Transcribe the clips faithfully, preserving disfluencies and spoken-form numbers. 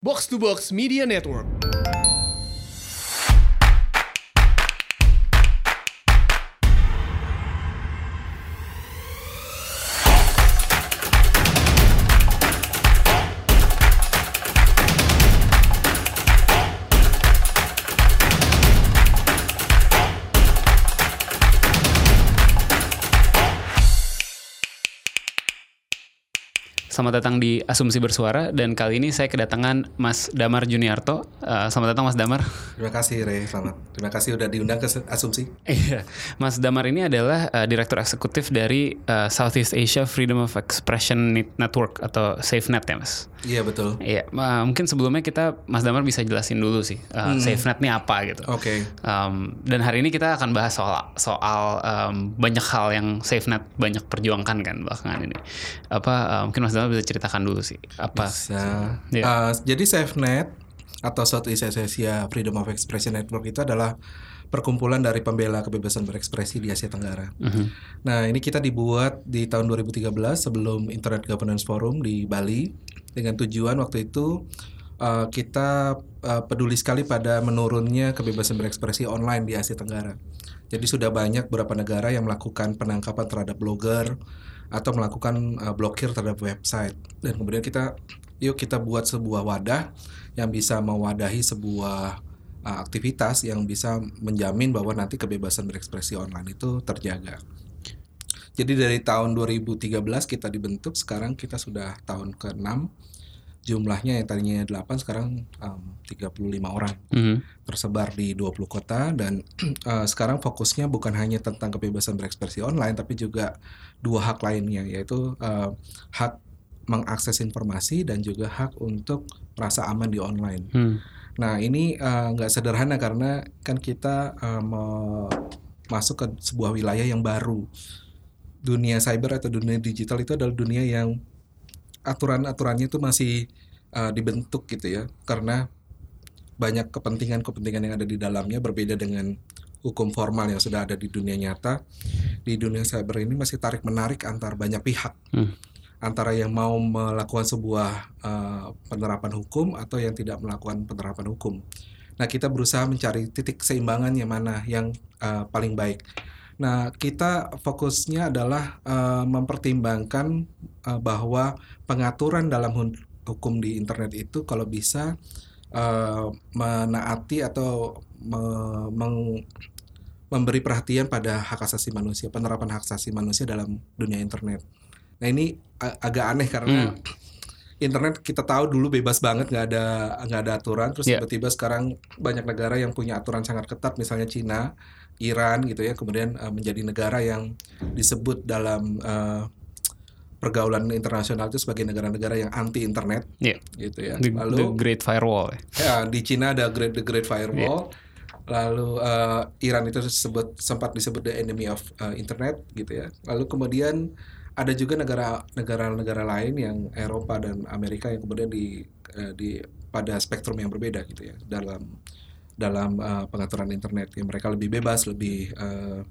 Box to Box Media Network. Selamat datang di Asumsi Bersuara, dan kali ini saya kedatangan Mas Damar Juniarto. Uh, selamat datang Mas Damar. Terima kasih Ray, selamat. Terima kasih udah diundang ke Asumsi. Iya, Mas Damar ini adalah uh, Direktur Eksekutif dari uh, Southeast Asia Freedom of Expression Network atau SafeNet ya Mas? Iya betul. Iya, uh, mungkin sebelumnya kita Mas Damar bisa jelasin dulu sih uh, hmm. SafeNet ini apa gitu. Oke. Okay. Um, dan hari ini kita akan bahas soal soal um, banyak hal yang SafeNet banyak perjuangkan kan belakangan ini. Apa uh, mungkin Mas Damar bisa ceritakan dulu sih apa? Bisa. Yeah. Uh, jadi SafeNet atau Southeast Asia Freedom of Expression Network itu adalah perkumpulan dari pembela kebebasan berekspresi di Asia Tenggara. Uh-huh. Nah, ini kita dibuat di tahun dua ribu tiga belas sebelum Internet Governance Forum di Bali, dengan tujuan waktu itu uh, kita uh, peduli sekali pada menurunnya kebebasan berekspresi online di Asia Tenggara. Jadi sudah banyak beberapa negara yang melakukan penangkapan terhadap blogger atau melakukan uh, blokir terhadap website. Dan kemudian kita, yuk kita buat sebuah wadah yang bisa mewadahi sebuah uh, aktivitas yang bisa menjamin bahwa nanti kebebasan berekspresi online itu terjaga. Jadi dari tahun dua ribu tiga belas kita dibentuk, sekarang kita sudah tahun keenam. Jumlahnya yang tadinya delapan sekarang um, tiga puluh lima orang. Mm-hmm. Tersebar di dua puluh kota, dan uh, sekarang fokusnya bukan hanya tentang kebebasan berekspresi online, tapi juga dua hak lainnya, yaitu uh, hak mengakses informasi dan juga hak untuk merasa aman di online. Hmm. Nah ini nggak uh, sederhana karena kan kita uh, me- masuk ke sebuah wilayah yang baru. Dunia cyber atau dunia digital itu adalah dunia yang aturan-aturannya itu masih uh, dibentuk gitu ya, karena banyak kepentingan-kepentingan yang ada di dalamnya berbeda dengan hukum formal yang sudah ada di dunia nyata. Di dunia cyber ini masih tarik-menarik antar banyak pihak, hmm. antara yang mau melakukan sebuah uh, penerapan hukum atau yang tidak melakukan penerapan hukum. Nah, kita berusaha mencari titik keseimbangan yang mana yang uh, paling baik. Nah, kita fokusnya adalah uh, mempertimbangkan uh, bahwa pengaturan dalam hukum di internet itu kalau bisa uh, menaati atau me- meng- memberi perhatian pada hak asasi manusia, penerapan hak asasi manusia dalam dunia internet. Nah, ini uh, agak aneh karena hmm. internet kita tahu dulu bebas banget, nggak ada nggak ada aturan, terus yeah. tiba-tiba sekarang banyak negara yang punya aturan sangat ketat, misalnya Cina, Iran gitu ya, kemudian uh, menjadi negara yang disebut dalam uh, pergaulan internasional itu sebagai negara-negara yang anti internet, yeah. gitu ya. The, Lalu the Great Firewall. Ya, di Cina ada Great the Great Firewall. Yeah. Lalu uh, Iran itu disebut sempat disebut the enemy of uh, internet gitu ya. Lalu kemudian ada juga negara negara-negara lain yang Eropa dan Amerika yang kemudian di uh, di pada spektrum yang berbeda gitu ya dalam dalam uh, pengaturan internet, yang mereka lebih bebas, lebih uh,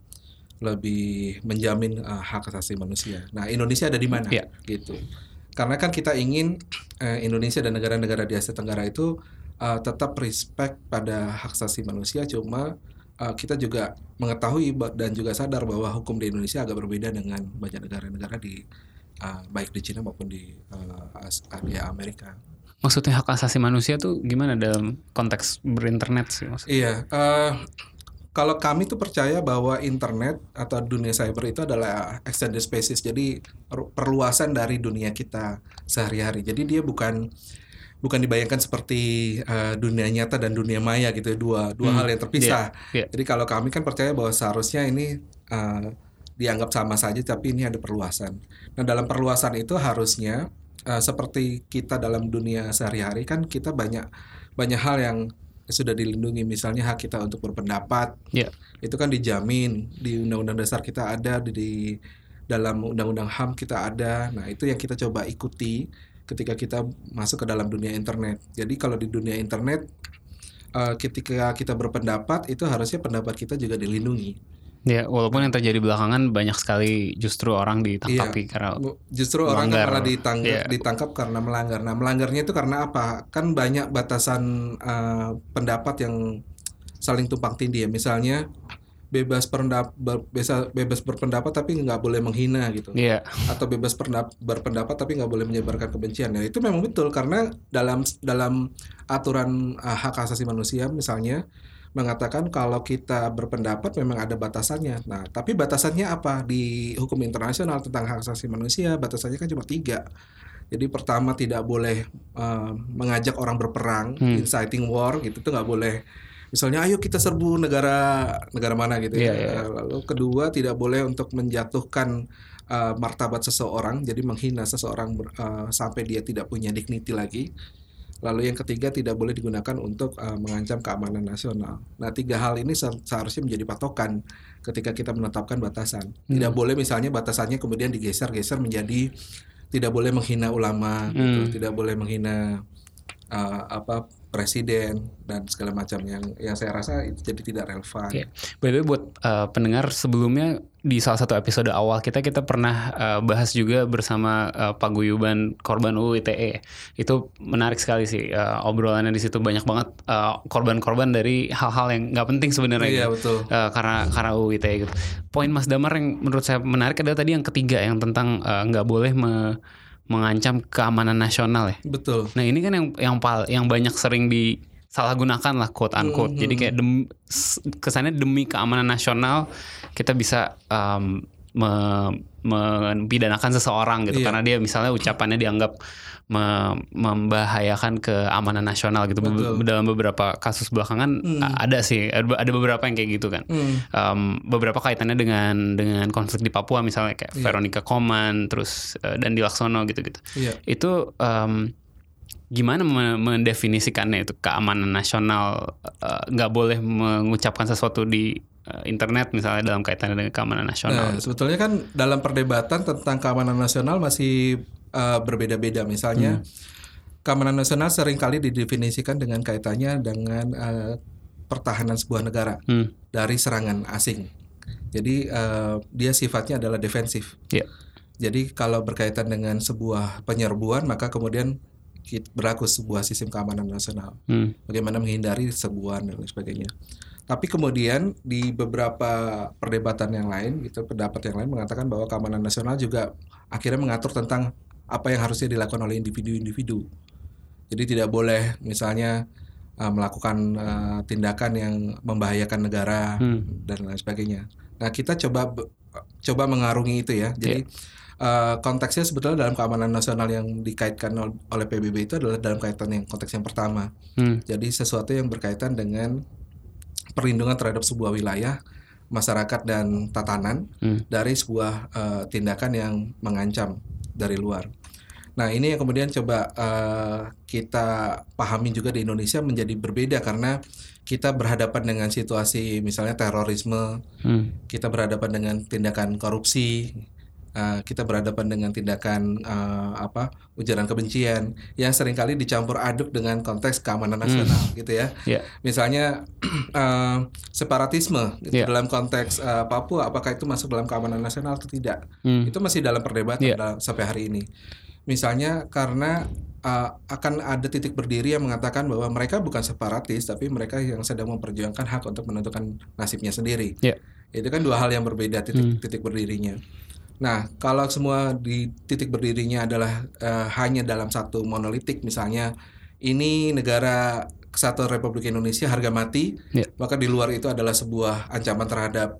lebih menjamin uh, hak asasi manusia. Nah, Indonesia ada di mana? Yeah. Gitu. Karena kan kita ingin uh, Indonesia dan negara-negara di Asia Tenggara itu uh, tetap respect pada hak asasi manusia, cuma uh, kita juga mengetahui dan juga sadar bahwa hukum di Indonesia agak berbeda dengan banyak negara-negara di uh, baik di Cina maupun di uh, Asia Amerika. Maksudnya hak asasi manusia tuh gimana dalam konteks berinternet sih maksudnya? Iya, uh, kalau kami tuh percaya bahwa internet atau dunia cyber itu adalah extended spaces, jadi perluasan dari dunia kita sehari-hari. Jadi dia bukan bukan dibayangkan seperti uh, dunia nyata dan dunia maya gitu, dua dua hmm. hal yang terpisah. Yeah, yeah. Jadi kalau kami kan percaya bahwa seharusnya ini uh, dianggap sama saja, tapi ini ada perluasan. Nah, dalam perluasan itu harusnya Uh, seperti kita dalam dunia sehari-hari kan kita banyak banyak hal yang sudah dilindungi, misalnya hak kita untuk berpendapat, yeah. itu kan dijamin di Undang-Undang Dasar kita ada, di, di dalam Undang-Undang H A M kita ada. Nah, itu yang kita coba ikuti ketika kita masuk ke dalam dunia internet. Jadi kalau di dunia internet uh, ketika kita berpendapat itu harusnya pendapat kita juga dilindungi. Ya, walaupun yang terjadi belakangan banyak sekali justru orang ditangkapi Iya, karena justru orang kan melanggar. malah ditangkap, Iya. ditangkap karena melanggar. Nah, melanggarnya itu karena apa? Kan banyak batasan eh, pendapat yang saling tumpang tindih ya. Misalnya bebas pendap ber- bebas, bebas berpendapat tapi nggak boleh menghina gitu. Iya. Atau bebas perdap- berpendapat tapi nggak boleh menyebarkan kebencian. Nah, itu memang betul karena dalam dalam aturan uh, hak asasi manusia misalnya mengatakan kalau kita berpendapat memang ada batasannya. Nah, tapi batasannya apa? Di hukum internasional tentang hak asasi manusia batasannya kan cuma tiga. Jadi pertama tidak boleh uh, mengajak orang berperang, Hmm. inciting war gitu tuh nggak boleh. Misalnya ayo kita serbu negara negara mana gitu ya. Iya, iya. Uh, Lalu kedua tidak boleh untuk menjatuhkan uh, martabat seseorang, jadi menghina seseorang ber- uh, sampai dia tidak punya dignity lagi. Lalu yang ketiga tidak boleh digunakan untuk uh, mengancam keamanan nasional. Nah, tiga hal ini se- seharusnya menjadi patokan ketika kita menetapkan batasan. Tidak boleh misalnya batasannya kemudian digeser-geser menjadi tidak boleh menghina ulama, gitu, Hmm. tidak boleh menghina uh, apa presiden dan segala macam yang yang saya rasa itu jadi tidak relevan. Oke. By the way buat uh, pendengar sebelumnya di salah satu episode awal kita kita pernah uh, bahas juga bersama uh, paguyuban korban U U I T E. Itu menarik sekali sih uh, obrolannya di situ banyak banget uh, korban-korban dari hal-hal yang nggak penting sebenarnya. Iya, gitu. betul. Uh, karena karena U U I T E gitu. Poin Mas Damar yang menurut saya menarik adalah tadi yang ketiga yang tentang uh, nggak boleh me- mengancam keamanan nasional ya. Betul. Nah ini kan yang yang pal yang banyak sering disalahgunakan lah quote unquote. Mhm. Jadi kayak dem, s- kesannya demi keamanan nasional kita bisa um, me- mempidanakan seseorang gitu Iya. karena dia misalnya ucapannya dianggap me- membahayakan keamanan nasional gitu. Be- Betul. dalam beberapa kasus belakangan Hmm. a- ada sih ada ada beberapa yang kayak gitu kan. Hmm. Um, beberapa kaitannya dengan dengan konflik di Papua misalnya kayak Iya. Veronica Koman terus uh, Dandi Laksono gitu-gitu. Iya. Itu um, gimana me- mendefinisikannya itu keamanan nasional uh, nggak boleh mengucapkan sesuatu di uh, internet misalnya dalam kaitannya dengan keamanan nasional. Nah, sebetulnya kan dalam perdebatan tentang keamanan nasional masih uh, berbeda-beda. Misalnya, keamanan nasional seringkali didefinisikan dengan kaitannya dengan uh, pertahanan sebuah negara Hmm. dari serangan asing. Jadi uh, dia sifatnya adalah defensif. Ya. Jadi kalau berkaitan dengan sebuah penyerbuan, maka kemudian kit- berlaku sebuah sistem keamanan nasional. Hmm. Bagaimana menghindari serbuan dan lain sebagainya. Tapi kemudian di beberapa perdebatan yang lain, gitu, pendapat yang lain mengatakan bahwa keamanan nasional juga akhirnya mengatur tentang apa yang harusnya dilakukan oleh individu-individu. Jadi tidak boleh misalnya uh, melakukan uh, tindakan yang membahayakan negara Hmm. dan lain sebagainya. Nah, kita coba be- coba mengarungi itu ya. Jadi uh, konteksnya sebetulnya dalam keamanan nasional yang dikaitkan ol- oleh P B B itu adalah dalam kaitan yang konteks yang pertama. Hmm. Jadi sesuatu yang berkaitan dengan perlindungan terhadap sebuah wilayah, masyarakat dan tatanan Hmm. dari sebuah uh, tindakan yang mengancam dari luar. Nah, ini yang kemudian coba uh, kita pahami juga di Indonesia menjadi berbeda karena kita berhadapan dengan situasi misalnya terorisme, Hmm. kita berhadapan dengan tindakan korupsi, uh, kita berhadapan dengan tindakan uh, apa ujaran kebencian yang seringkali dicampur aduk dengan konteks keamanan nasional, gitu ya. Ya. Misalnya uh, separatisme gitu, Yeah. dalam konteks uh, Papua, apakah itu masuk dalam keamanan nasional atau tidak? Hmm. Itu masih dalam perdebatan Yeah. dalam- sampai hari ini. Misalnya karena uh, akan ada titik berdiri yang mengatakan bahwa mereka bukan separatis, tapi mereka yang sedang memperjuangkan hak untuk menentukan nasibnya sendiri. Ya. Itu kan dua hal yang berbeda titik Hmm. titik berdirinya. Nah, kalau semua di titik berdirinya adalah uh, hanya dalam satu monolitik, misalnya ini negara Kesatuan Republik Indonesia harga mati, Ya. maka di luar itu adalah sebuah ancaman terhadap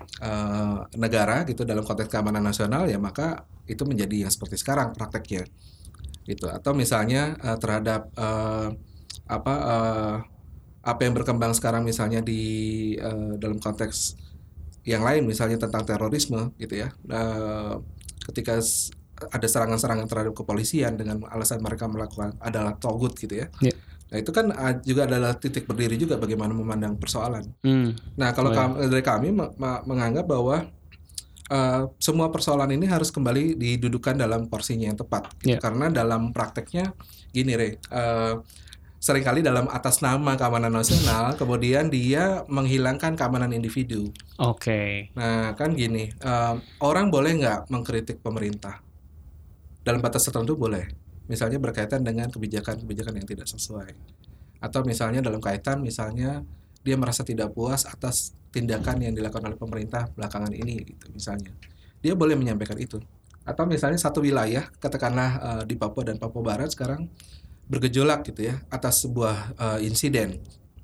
uh, negara gitu dalam konteks keamanan nasional, ya maka itu menjadi yang seperti sekarang prakteknya, gitu. Atau misalnya uh, terhadap uh, apa uh, apa yang berkembang sekarang misalnya di uh, dalam konteks yang lain misalnya tentang terorisme gitu ya. Uh, ketika s- ada serangan-serangan terhadap kepolisian dengan alasan mereka melakukan adalah togut gitu ya. Ya. Nah, itu kan uh, juga adalah titik berdiri juga bagaimana memandang persoalan. Hmm. Nah, kalau Oh, ya. kam- dari kami me- me- menganggap bahwa uh, semua persoalan ini harus kembali didudukan dalam porsinya yang tepat. Gitu. Ya. Karena dalam prakteknya gini, Re, uh, seringkali dalam atas nama keamanan nasional, kemudian dia menghilangkan keamanan individu. Oke. Okay. Nah kan gini, um, orang boleh nggak mengkritik pemerintah? Dalam batas tertentu boleh. Misalnya berkaitan dengan kebijakan-kebijakan yang tidak sesuai. Atau misalnya dalam kaitan, misalnya dia merasa tidak puas atas tindakan yang dilakukan oleh pemerintah belakangan ini, gitu misalnya. Dia boleh menyampaikan itu. Atau misalnya satu wilayah, katakanlah uh, di Papua dan Papua Barat sekarang bergejolak gitu ya atas sebuah uh, insiden.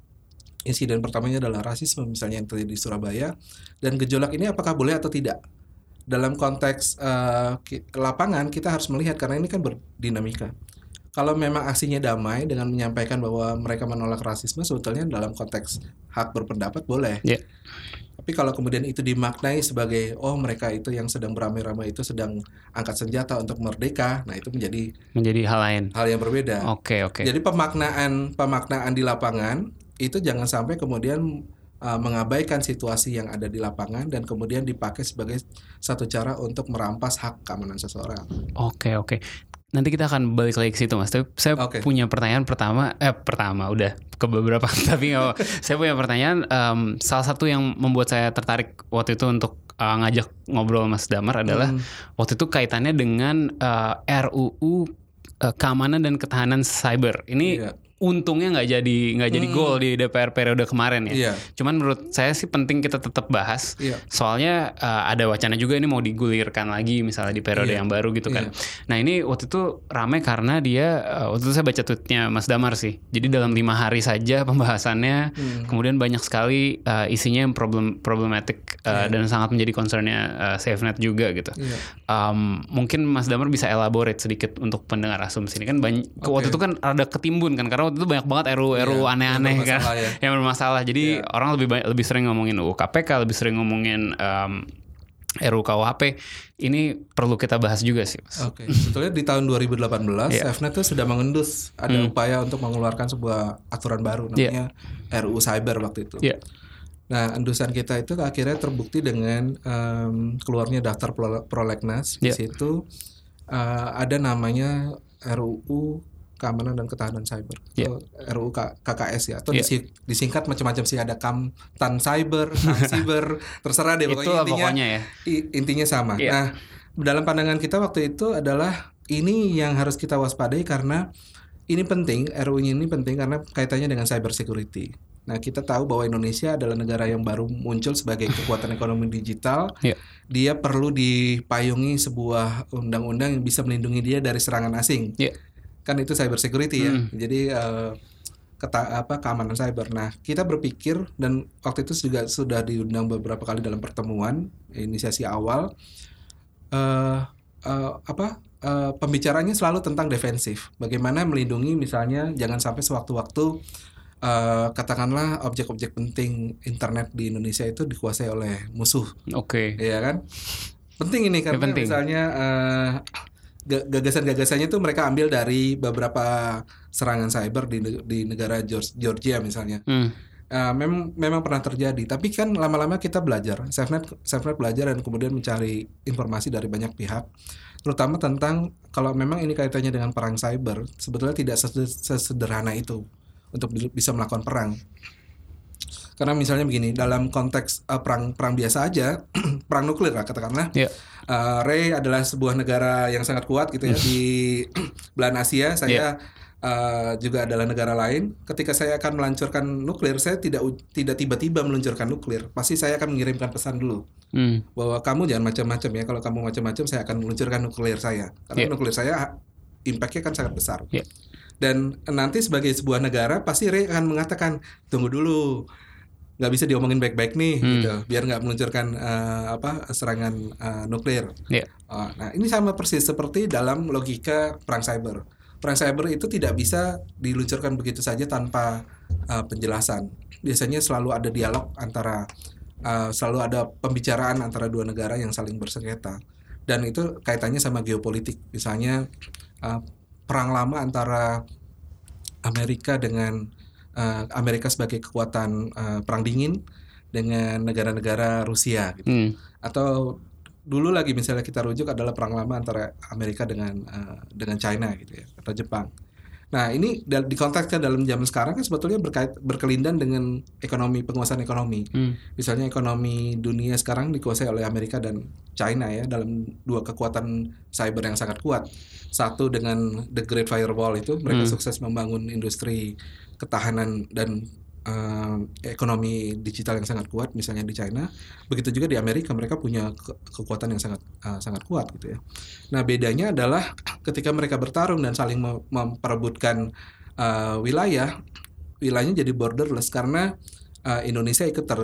Insiden pertamanya adalah rasisme misalnya yang terjadi di Surabaya, dan gejolak ini apakah boleh atau tidak? Dalam konteks uh, lapangan kita harus melihat karena ini kan berdinamika. Kalau memang aksinya damai dengan menyampaikan bahwa mereka menolak rasisme, sebetulnya dalam konteks hak berpendapat boleh. Yeah. Tapi kalau kemudian itu dimaknai sebagai oh mereka itu yang sedang beramai-ramai itu sedang angkat senjata untuk merdeka, nah itu menjadi menjadi hal lain, hal yang berbeda. Oke okay, oke. Okay. Jadi pemaknaan pemaknaan di lapangan itu jangan sampai kemudian uh, mengabaikan situasi yang ada di lapangan dan kemudian dipakai sebagai satu cara untuk merampas hak keamanan seseorang. Oke okay, oke. Okay. Nanti kita akan balik lagi ke situ Mas. Tapi saya okay. punya pertanyaan pertama, eh pertama udah ke beberapa. Tapi oh, saya punya pertanyaan. Um, salah satu yang membuat saya tertarik waktu itu untuk uh, ngajak ngobrol Mas Damar adalah hmm. waktu itu kaitannya dengan uh, R U U uh, keamanan dan ketahanan cyber. Ini yeah. untungnya nggak jadi nggak jadi hmm. gol di D P R periode kemarin ya. Yeah. Cuman menurut saya sih penting kita tetap bahas. Yeah. Soalnya uh, ada wacana juga ini mau digulirkan lagi misalnya di periode yeah. yang baru gitu kan. Yeah. Nah ini waktu itu ramai karena dia uh, waktu itu saya baca tweetnya Mas Damar sih. Jadi dalam lima hari saja pembahasannya, hmm. kemudian banyak sekali uh, isinya yang problem problematik uh, yeah. dan sangat menjadi concernnya uh, SafeNet juga gitu. Yeah. Um, mungkin Mas Damar bisa elaborate sedikit untuk pendengar asumsi ini kan banyak. Okay. Waktu itu kan ada ketimbun kan karena itu banyak banget R U U R U U yeah, aneh-aneh kan ya. yang bermasalah. Jadi yeah. orang lebih banyak, lebih sering ngomongin U U K P K, lebih sering ngomongin um, R U U K U H P. Ini perlu kita bahas juga sih, Mas. Oke. Okay. Sebetulnya di tahun dua ribu delapan belas yeah. SafeNet itu sudah mengendus ada hmm. upaya untuk mengeluarkan sebuah aturan baru namanya yeah. R U U Cyber waktu itu. Yeah. Nah, endusan kita itu akhirnya terbukti dengan um, keluarnya daftar prolegnas. Yeah. Di situ uh, ada namanya R U U keamanan dan ketahanan cyber, yeah. R U U K K S ya, atau yeah. disingkat macam-macam sih, ada Kamtan Cyber, Kam Cyber, terserah deh pokoknya intinya, pokoknya ya. intinya sama. Yeah. Nah, dalam pandangan kita waktu itu adalah ini yang harus kita waspadai karena ini penting, R U U ini penting karena kaitannya dengan cyber security. Nah, kita tahu bahwa Indonesia adalah negara yang baru muncul sebagai kekuatan ekonomi digital. Yeah. Dia perlu dipayungi sebuah undang-undang yang bisa melindungi dia dari serangan asing. Yeah. Kan itu cyber security ya. Hmm. Jadi uh, keta, apa keamanan cyber. Nah, kita berpikir dan waktu itu juga sudah diundang beberapa kali dalam pertemuan inisiasi awal uh, uh, apa uh, pembicaranya selalu tentang defensif. Bagaimana melindungi misalnya jangan sampai sewaktu-waktu uh, katakanlah objek-objek penting internet di Indonesia itu dikuasai oleh musuh. Oke. Okay. Iya kan? Penting ini karena ya, penting. Misalnya uh, gagasan-gagasannya itu mereka ambil dari beberapa serangan cyber di di negara Georgia misalnya. Hmm. Uh, memang memang pernah terjadi, tapi kan lama-lama kita belajar. SafeNet SafeNet belajar dan kemudian mencari informasi dari banyak pihak, terutama tentang kalau memang ini kaitannya dengan perang cyber, sebetulnya tidak sesederhana itu untuk bisa melakukan perang. Karena misalnya begini, dalam konteks uh, perang perang biasa aja, perang nuklir lah katakanlah, yeah. uh, Ray adalah sebuah negara yang sangat kuat gitu ya di belahan Asia. Saya yeah. uh, juga adalah negara lain. Ketika saya akan meluncurkan nuklir, saya tidak tidak tiba-tiba meluncurkan nuklir. Pasti saya akan mengirimkan pesan dulu mm. bahwa kamu jangan macam-macam ya. Kalau kamu macam-macam, saya akan meluncurkan nuklir saya. Karena yeah. nuklir saya impact-nya kan sangat besar. Yeah. Dan nanti sebagai sebuah negara, pasti Ray akan mengatakan tunggu dulu. Nggak bisa diomongin baik-baik nih, hmm. gitu, biar nggak meluncurkan uh, apa serangan uh, nuklir. Yeah. Uh, nah ini sama persis seperti dalam logika perang cyber. Perang cyber itu tidak bisa diluncurkan begitu saja tanpa uh, penjelasan. Biasanya selalu ada dialog antara, uh, selalu ada pembicaraan antara dua negara yang saling bersengketa. Dan itu kaitannya sama geopolitik. Misalnya uh, perang lama antara Amerika dengan Uh, Amerika sebagai kekuatan uh, perang dingin dengan negara-negara Rusia gitu. Hmm. Atau dulu lagi misalnya kita rujuk adalah perang lama antara Amerika dengan uh, dengan China gitu ya, atau Jepang. Nah ini di konteksnya dalam zaman sekarang kan sebetulnya berkait berkelindan dengan ekonomi, penguasaan ekonomi. Hmm. Misalnya ekonomi dunia sekarang dikuasai oleh Amerika dan China ya, dalam dua kekuatan cyber yang sangat kuat. Satu dengan The Great Firewall itu mereka hmm. sukses membangun industri ketahanan dan uh, ekonomi digital yang sangat kuat misalnya di China. Begitu juga di Amerika, mereka punya ke- kekuatan yang sangat uh, sangat kuat gitu ya. Nah bedanya adalah ketika mereka bertarung dan saling mem- memperebutkan uh, wilayah, wilayahnya jadi borderless karena uh, Indonesia ikut ter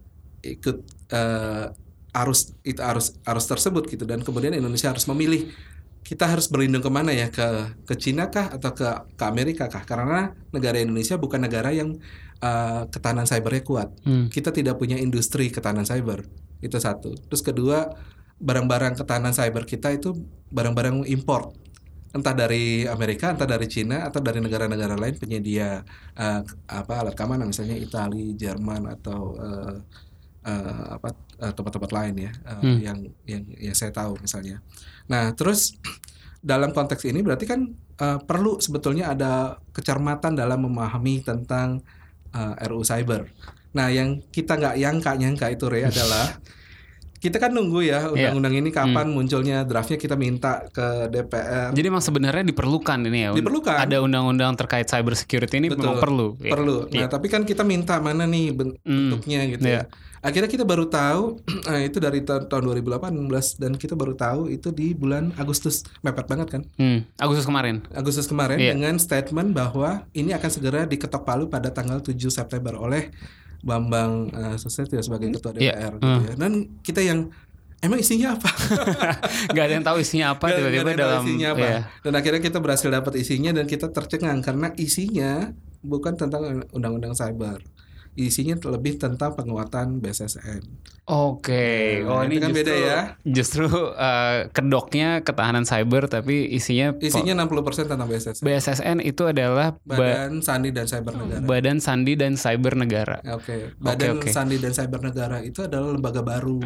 ikut uh, arus itu arus arus tersebut gitu, dan kemudian Indonesia harus memilih kita harus berlindung kemana ya, ke ke Cina kah atau ke ke Amerika kah, karena negara Indonesia bukan negara yang uh, ketahanan cybernya kuat. Hmm. Kita tidak punya industri ketahanan cyber, itu satu. Terus kedua, barang-barang ketahanan cyber kita itu barang-barang import, entah dari Amerika, entah dari Cina, atau dari negara-negara lain penyedia uh, apa alat keamanan, misalnya Italia, Jerman, atau uh, uh, apa uh, tempat-tempat lain ya, uh, hmm. yang yang yang saya tahu misalnya. Nah, terus dalam konteks ini berarti kan uh, perlu sebetulnya ada kecermatan dalam memahami tentang uh, R U cyber. Nah, yang kita nggak nyangka-nyangka itu Re adalah kita kan nunggu ya undang-undang yeah. ini kapan hmm. munculnya draftnya, kita minta ke D P R. Jadi memang sebenarnya diperlukan ini ya. Diperlukan. Ada undang-undang terkait cyber security ini. Betul. Memang perlu. Perlu. Ya. Nah, yeah. tapi kan kita minta mana nih bentuknya hmm. gitu yeah. ya. Akhirnya kita baru tahu itu dari ta- tahun dua ribu delapan belas, dan kita baru tahu itu di bulan Agustus, mepet banget kan? Hmm. Agustus kemarin. Agustus kemarin yeah. dengan statement bahwa ini akan segera diketok palu pada tanggal tujuh September oleh Bambang uh, Susatyo sebagai ketua D P R yeah. gitu uh. ya. Dan kita yang emang isinya apa? Gak ada yang tahu isinya apa tiba-tiba dalam isinya apa. Yeah. Dan akhirnya kita berhasil dapat isinya, dan kita tercengang karena isinya bukan tentang undang-undang cyber. Isinya lebih tentang penguatan B S S N. Oke, okay. Nah, oh ini kan justru, beda ya. Justru uh, kedoknya ketahanan cyber, tapi isinya isinya enam puluh persen tentang B S S N. B S S N itu adalah Badan ba- Sandi dan Cyber Negara. Badan Sandi dan Cyber Negara. Oke, okay. Badan okay, okay. Sandi dan Cyber Negara itu adalah lembaga baru.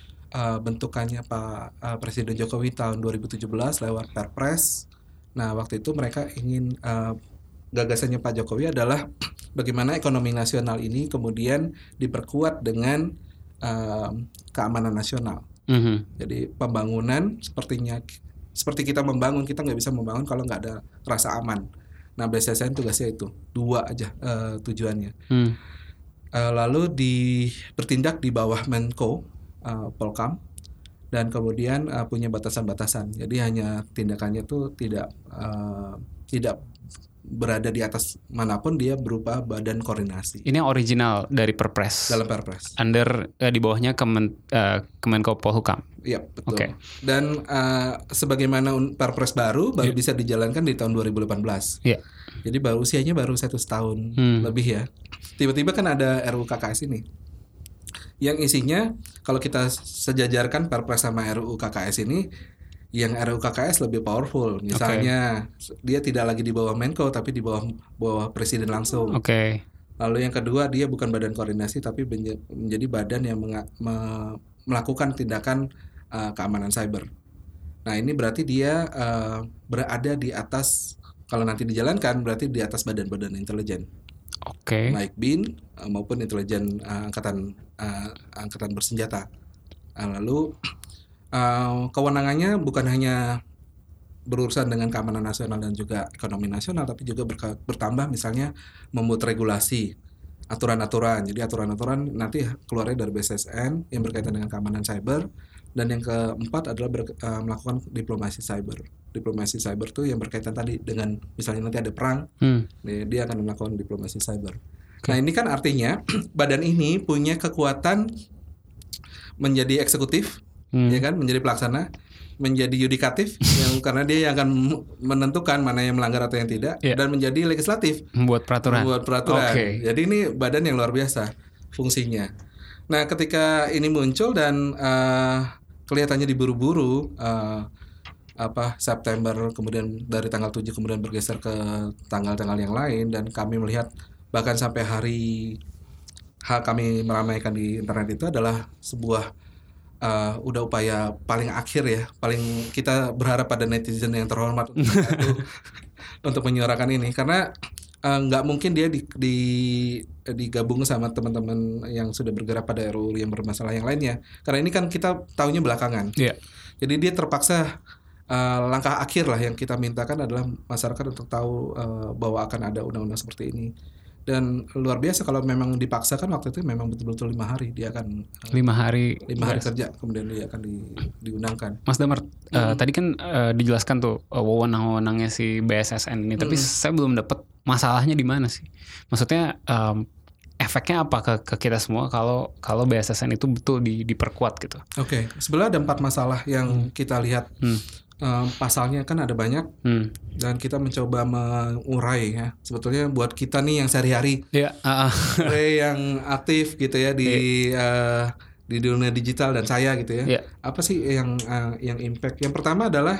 Uh, bentukannya Pak uh, Presiden Jokowi tahun dua ribu tujuh belas lewat Perpres. Nah, waktu itu mereka ingin uh, gagasannya Pak Jokowi adalah bagaimana ekonomi nasional ini kemudian diperkuat dengan uh, keamanan nasional. Mm-hmm. Jadi pembangunan sepertinya seperti kita membangun, kita nggak bisa membangun kalau nggak ada rasa aman. Nah, B S S N tugasnya itu dua aja uh, tujuannya. Mm. Uh, lalu di bertindak di bawah Menko uh, Polkam, dan kemudian uh, punya batasan-batasan. Jadi hanya tindakannya tuh tidak uh, tidak berada di atas manapun, dia berupa badan koordinasi. Ini yang original dari Perpres. Dalam Perpres. Under uh, di bawahnya Kemen, uh, Kemenko Polhukam. Iya, betul. Okay. Dan uh, sebagaimana Perpres baru baru yeah. bisa dijalankan di tahun dua ribu delapan belas. Iya. Yeah. Jadi baru usianya baru satu tahun hmm. lebih ya. Tiba-tiba kan ada R U U K K S ini. Yang isinya kalau kita sejajarkan Perpres sama R U U K K S ini, yang R U U K K S lebih powerful. Misalnya okay. dia tidak lagi di bawah Menko tapi di bawah bawah Presiden langsung. Oke. Okay. Lalu yang kedua, dia bukan badan koordinasi tapi menjadi badan yang menga- me- melakukan tindakan uh, keamanan cyber. Nah, ini berarti dia uh, berada di atas, kalau nanti dijalankan berarti di atas badan-badan intelijen. Oke. Okay. Baik B I N uh, maupun intelijen uh, angkatan uh, angkatan bersenjata. Uh, lalu Uh, kewenangannya bukan hanya berurusan dengan keamanan nasional dan juga ekonomi nasional, tapi juga berka- bertambah misalnya membuat regulasi, aturan-aturan. Jadi aturan-aturan nanti keluarnya dari B S S N yang berkaitan dengan keamanan cyber. Dan yang keempat adalah ber- uh, melakukan diplomasi cyber. Diplomasi cyber tuh yang berkaitan tadi dengan misalnya nanti ada perang, hmm. dia, dia akan melakukan diplomasi cyber. Okay. Nah, ini kan artinya badan ini punya kekuatan menjadi eksekutif, Hmm. ya kan, menjadi pelaksana, menjadi yudikatif yang karena dia yang akan menentukan mana yang melanggar atau yang tidak, yeah. dan menjadi legislatif, membuat peraturan. Membuat peraturan. Okay. Jadi ini badan yang luar biasa fungsinya. Nah, ketika ini muncul dan uh, kelihatannya diburu-buru, uh, apa September, kemudian dari tanggal tujuh kemudian bergeser ke tanggal-tanggal yang lain, dan kami melihat bahkan sampai hari hal kami meramaikan di internet itu adalah sebuah uh, udah upaya paling akhir ya, paling kita berharap pada netizen yang terhormat untuk, untuk menyuarakan ini, karena nggak uh, mungkin dia di, di, digabung sama teman-teman yang sudah bergerak pada R U U yang bermasalah yang lainnya, karena ini kan kita tahunya belakangan. Yeah. Jadi dia terpaksa uh, langkah akhir lah yang kita mintakan adalah masyarakat untuk tahu uh, bahwa akan ada undang-undang seperti ini. Dan luar biasa kalau memang dipaksakan waktu itu memang betul-betul lima hari dia akan uh, lima hari lima hari kerja kemudian dia akan di, diundangkan. Mas Damar, hmm. uh, tadi kan uh, dijelaskan tuh uh, wewenang-wewenangnya si B S S N ini, hmm. tapi saya belum dapat masalahnya di mana sih? Maksudnya um, efeknya apa ke, ke kita semua kalau kalau B S S N itu betul di, diperkuat gitu? Oke, okay. Sebenarnya ada empat masalah yang hmm. kita lihat. Hmm. Um, pasalnya kan ada banyak hmm. dan kita mencoba mengurai ya, sebetulnya buat kita nih yang sehari-hari yeah, uh, uh. yang aktif gitu ya di yeah. uh, di dunia digital dan saya gitu ya, yeah. apa sih yang uh, yang impact? Yang pertama adalah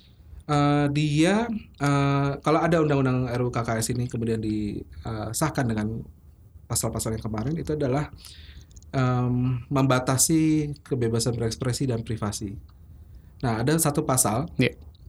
uh, dia uh, kalau ada undang-undang R U U K K S ini kemudian disahkan dengan pasal-pasal yang kemarin, itu adalah um, membatasi kebebasan berekspresi dan privasi. Nah, ada satu pasal yeah.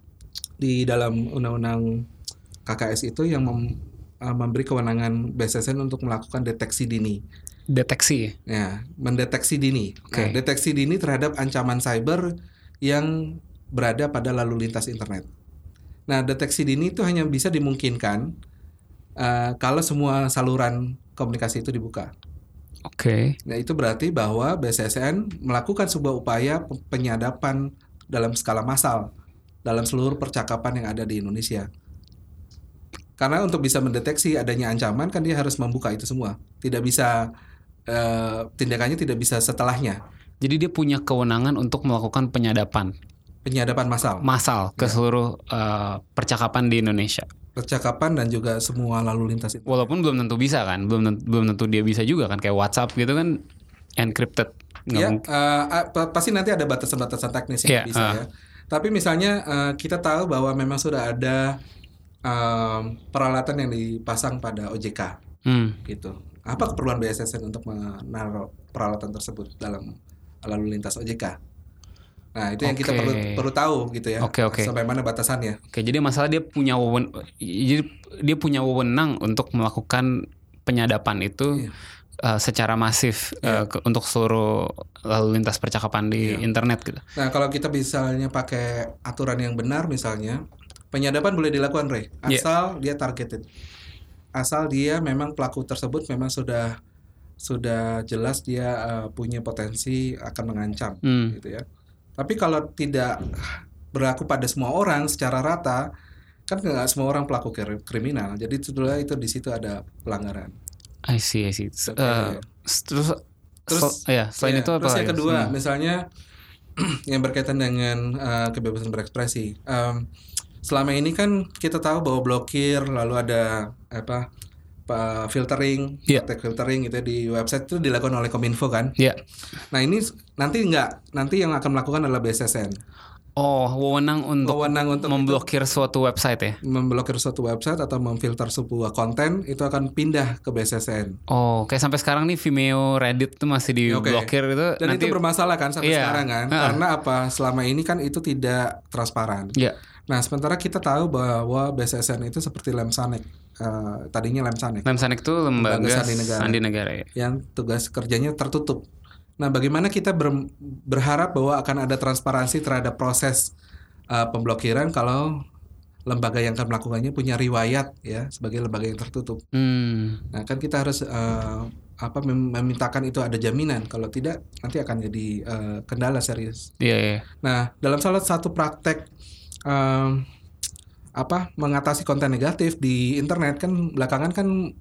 di dalam undang-undang K K S itu yang mem, uh, memberi kewenangan B S S N untuk melakukan deteksi dini. Deteksi? Ya, mendeteksi dini. Okay. Nah, deteksi dini terhadap ancaman cyber yang berada pada lalu lintas internet. Nah, deteksi dini itu hanya bisa dimungkinkan uh, kalau semua saluran komunikasi itu dibuka. Oke. Okay. Nah, itu berarti bahwa B S S N melakukan sebuah upaya penyadapan dalam skala massal dalam seluruh percakapan yang ada di Indonesia. Karena untuk bisa mendeteksi adanya ancaman kan dia harus membuka itu semua. Tidak bisa uh, tindakannya tidak bisa setelahnya. Jadi dia punya kewenangan untuk melakukan penyadapan. Penyadapan massal. Massal ke ya. seluruh uh, percakapan di Indonesia. Percakapan dan juga semua lalu lintas itu. Walaupun belum tentu bisa kan, belum tentu, belum tentu dia bisa juga kan, kayak WhatsApp gitu kan encrypted. Ya, uh, pasti nanti ada batasan-batasan teknis yang yeah, bisa uh. ya. Tapi misalnya uh, kita tahu bahwa memang sudah ada um, peralatan yang dipasang pada O J K, hmm. gitu. Apa keperluan B S S N untuk menaruh peralatan tersebut dalam lalu lintas O J K? Nah, itu yang okay. kita perlu perlu tahu gitu ya. Okay, okay. Sampai mana batasannya? Oke, okay, jadi masalah dia punya wewen, jadi dia punya wewenang untuk melakukan penyadapan itu. Yeah. Uh, secara masif yeah. uh, ke, untuk seluruh lalu lintas percakapan di yeah. internet gitu. Nah, kalau kita misalnya pakai aturan yang benar misalnya, penyadapan boleh dilakukan, Ray, asal yeah. dia targeted. Asal dia memang pelaku tersebut memang sudah sudah jelas dia uh, punya potensi akan mengancam hmm. gitu ya. Tapi kalau tidak berlaku pada semua orang secara rata, kan nggak semua orang pelaku kriminal. Jadi sebenarnya itu di situ ada pelanggaran. I see, I see. Okay. Uh, terus, terus, sel, ya, selain ya, itu apa? Terus yang kedua, hmm. misalnya yang berkaitan dengan uh, kebebasan berekspresi. Um, selama ini kan kita tahu bahwa blokir, lalu ada apa, apa filtering, yeah. praktek filtering itu di website itu dilakukan oleh Kominfo kan? Iya. Yeah. Nah ini nanti enggak, nanti yang akan melakukan adalah B S S N. Oh, wewenang untuk, wewenang untuk memblokir itu, suatu website ya? Memblokir suatu website atau memfilter sebuah konten itu akan pindah ke B S S N. Oh, kayak sampai sekarang nih Vimeo, Reddit tuh masih diblokir okay. itu. Dan nanti, itu bermasalah kan sampai yeah. sekarang kan? Uh. Karena apa? Selama ini kan itu tidak transparan. Yeah. Nah, sementara kita tahu bahwa B S S N itu seperti Lemsanek. Uh, tadinya Lemsanek. Lemsanek itu lembaga, lembaga sandi negara, sandi negara ya. Yang tugas kerjanya tertutup. Nah, bagaimana kita ber, berharap bahwa akan ada transparansi terhadap proses uh, pemblokiran kalau lembaga yang akan melakukannya punya riwayat ya sebagai lembaga yang tertutup. Hmm. Nah, kan kita harus uh, apa memintakan itu ada jaminan. Kalau tidak, nanti akan jadi uh, kendala serius. Iya. Yeah, yeah. Nah, dalam salah satu praktek um, apa mengatasi konten negatif di internet kan belakangan kan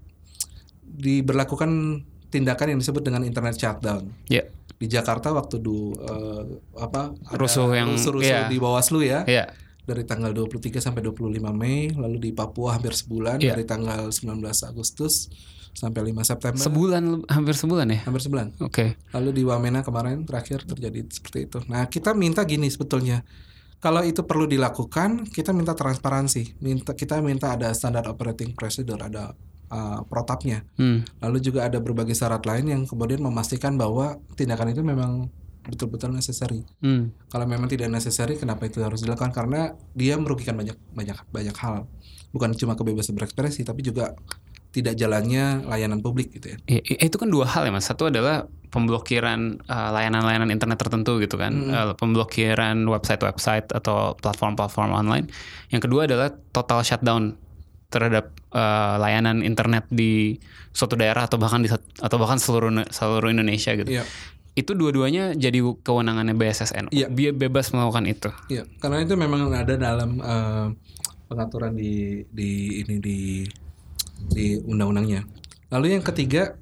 diberlakukan tindakan yang disebut dengan internet shutdown. Yeah. Di Jakarta waktu du uh, apa rusuh yang rusuh-rusuh yeah. di Bawaslu ya. Yeah. Dari tanggal dua puluh tiga sampai dua puluh lima Mei, lalu di Papua hampir sebulan yeah. dari tanggal sembilan belas Agustus sampai lima September. Sebulan, hampir sebulan ya? Hampir sebulan. Oke. Okay. Lalu di Wamena kemarin terakhir terjadi seperti itu. Nah, kita minta gini sebetulnya. Kalau itu perlu dilakukan, kita minta transparansi. Minta kita minta ada standar operating procedure, ada Uh, protapnya. Hmm. Lalu juga ada berbagai syarat lain yang kemudian memastikan bahwa tindakan itu memang betul-betul necessary. Hmm. Kalau memang tidak necessary, kenapa itu harus dilakukan? Karena dia merugikan banyak banyak banyak hal. Bukan cuma kebebasan berekspresi, tapi juga tidak jalannya layanan publik gitu ya. Ya, itu kan dua hal ya Mas. Satu adalah pemblokiran uh, layanan-layanan internet tertentu gitu kan, hmm. uh, pemblokiran website-website atau platform-platform online. Yang kedua adalah total shutdown terhadap uh, layanan internet di suatu daerah atau bahkan di atau bahkan seluruh seluruh Indonesia gitu. Yeah. Itu dua-duanya jadi kewenangannya B S S N. Yeah. Dia bebas melakukan itu. Iya, yeah. Karena itu memang ada dalam uh, pengaturan di di ini di di undang-undangnya. Lalu yang ketiga,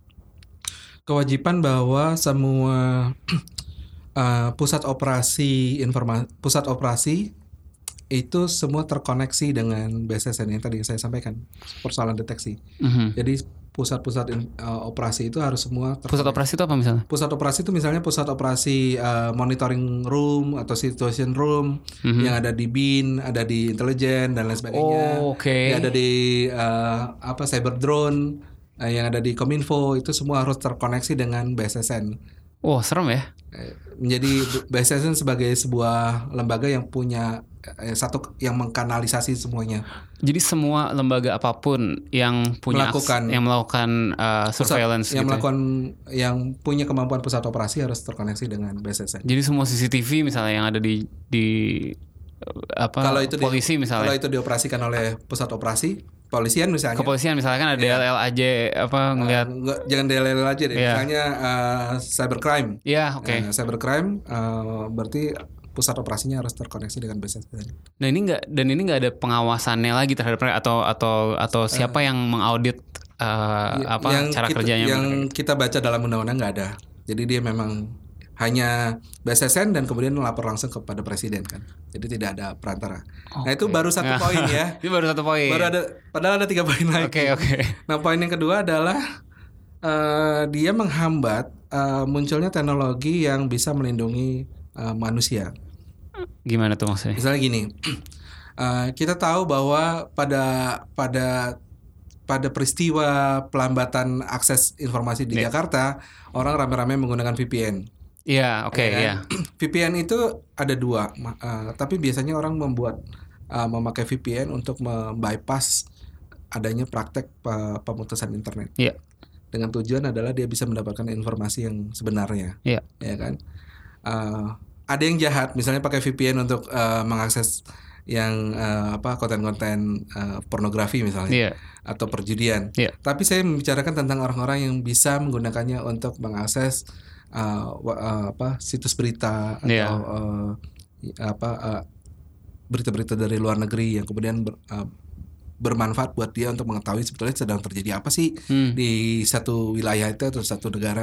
kewajiban bahwa semua uh, pusat operasi informasi pusat operasi itu semua terkoneksi dengan B S S N yang tadi saya sampaikan, persoalan deteksi. Mm-hmm. Jadi pusat-pusat uh, operasi itu harus semua terkoneksi. Pusat operasi itu apa misalnya? Pusat operasi itu misalnya pusat operasi uh, monitoring room atau situation room, mm-hmm. yang ada di B I N, ada di intelijen dan lain sebagainya. Oh, oke. Okay. Yang ada di uh, apa cyber drone, uh, yang ada di Kominfo, itu semua harus terkoneksi dengan B S S N. Oh, serem ya. Menjadi B S S N sebagai sebuah lembaga yang punya eh, satu yang mengkanalisasi semuanya. Jadi semua lembaga apapun yang punya melakukan aks, yang melakukan uh, surveillance pusat, yang gitu melakukan ya? yang punya kemampuan pusat operasi harus terkoneksi dengan B S S N. Jadi semua C C T V misalnya yang ada di di apa kalau itu polisi di, misalnya. Kalau itu dioperasikan oleh pusat operasi polisian misalnya. Kepolisian misalnya kan ada yeah. D L L A J apa ngelihat uh, enggak, jangan D L L aja deh. Yeah. Misalnya uh, cybercrime. Iya, yeah, oke. Okay. Uh, cybercrime uh, berarti pusat operasinya harus terkoneksi dengan B S S N. Nah, ini enggak dan ini enggak ada pengawasannya lagi terhadap mereka atau atau atau siapa uh, yang mengaudit uh, apa yang cara kita, kerjanya yang mereka. Kita baca dalam undang-undang enggak ada. Jadi dia memang hanya B S S N dan kemudian melapor langsung kepada presiden kan. Jadi tidak ada perantara. Okay. Nah itu baru satu poin ya. Itu baru satu poin. Baru ada, padahal ada tiga poin lagi. Oke okay, oke. Okay. Nah poin yang kedua adalah uh, dia menghambat uh, munculnya teknologi yang bisa melindungi uh, manusia. Gimana tuh maksudnya? Misalnya gini, uh, kita tahu bahwa pada pada pada peristiwa pelambatan akses informasi di yeah. Jakarta, orang ramai-ramai menggunakan V P N. Iya, yeah, oke, okay, ya. Yeah. V P N itu ada dua, uh, tapi biasanya orang membuat uh, memakai V P N untuk membypass adanya praktek uh, pemutusan internet. Iya. Yeah. Dengan tujuan adalah dia bisa mendapatkan informasi yang sebenarnya. Iya. Yeah. Ya kan. Uh, ada yang jahat, misalnya pakai V P N untuk uh, mengakses yang uh, apa konten-konten uh, pornografi misalnya, yeah. atau perjudian. Yeah. Tapi saya membicarakan tentang orang-orang yang bisa menggunakannya untuk mengakses Uh, uh, apa situs berita atau yeah. uh, apa uh, berita-berita dari luar negeri yang kemudian ber, uh, bermanfaat buat dia untuk mengetahui sebetulnya sedang terjadi apa sih hmm. di satu wilayah itu atau satu negara.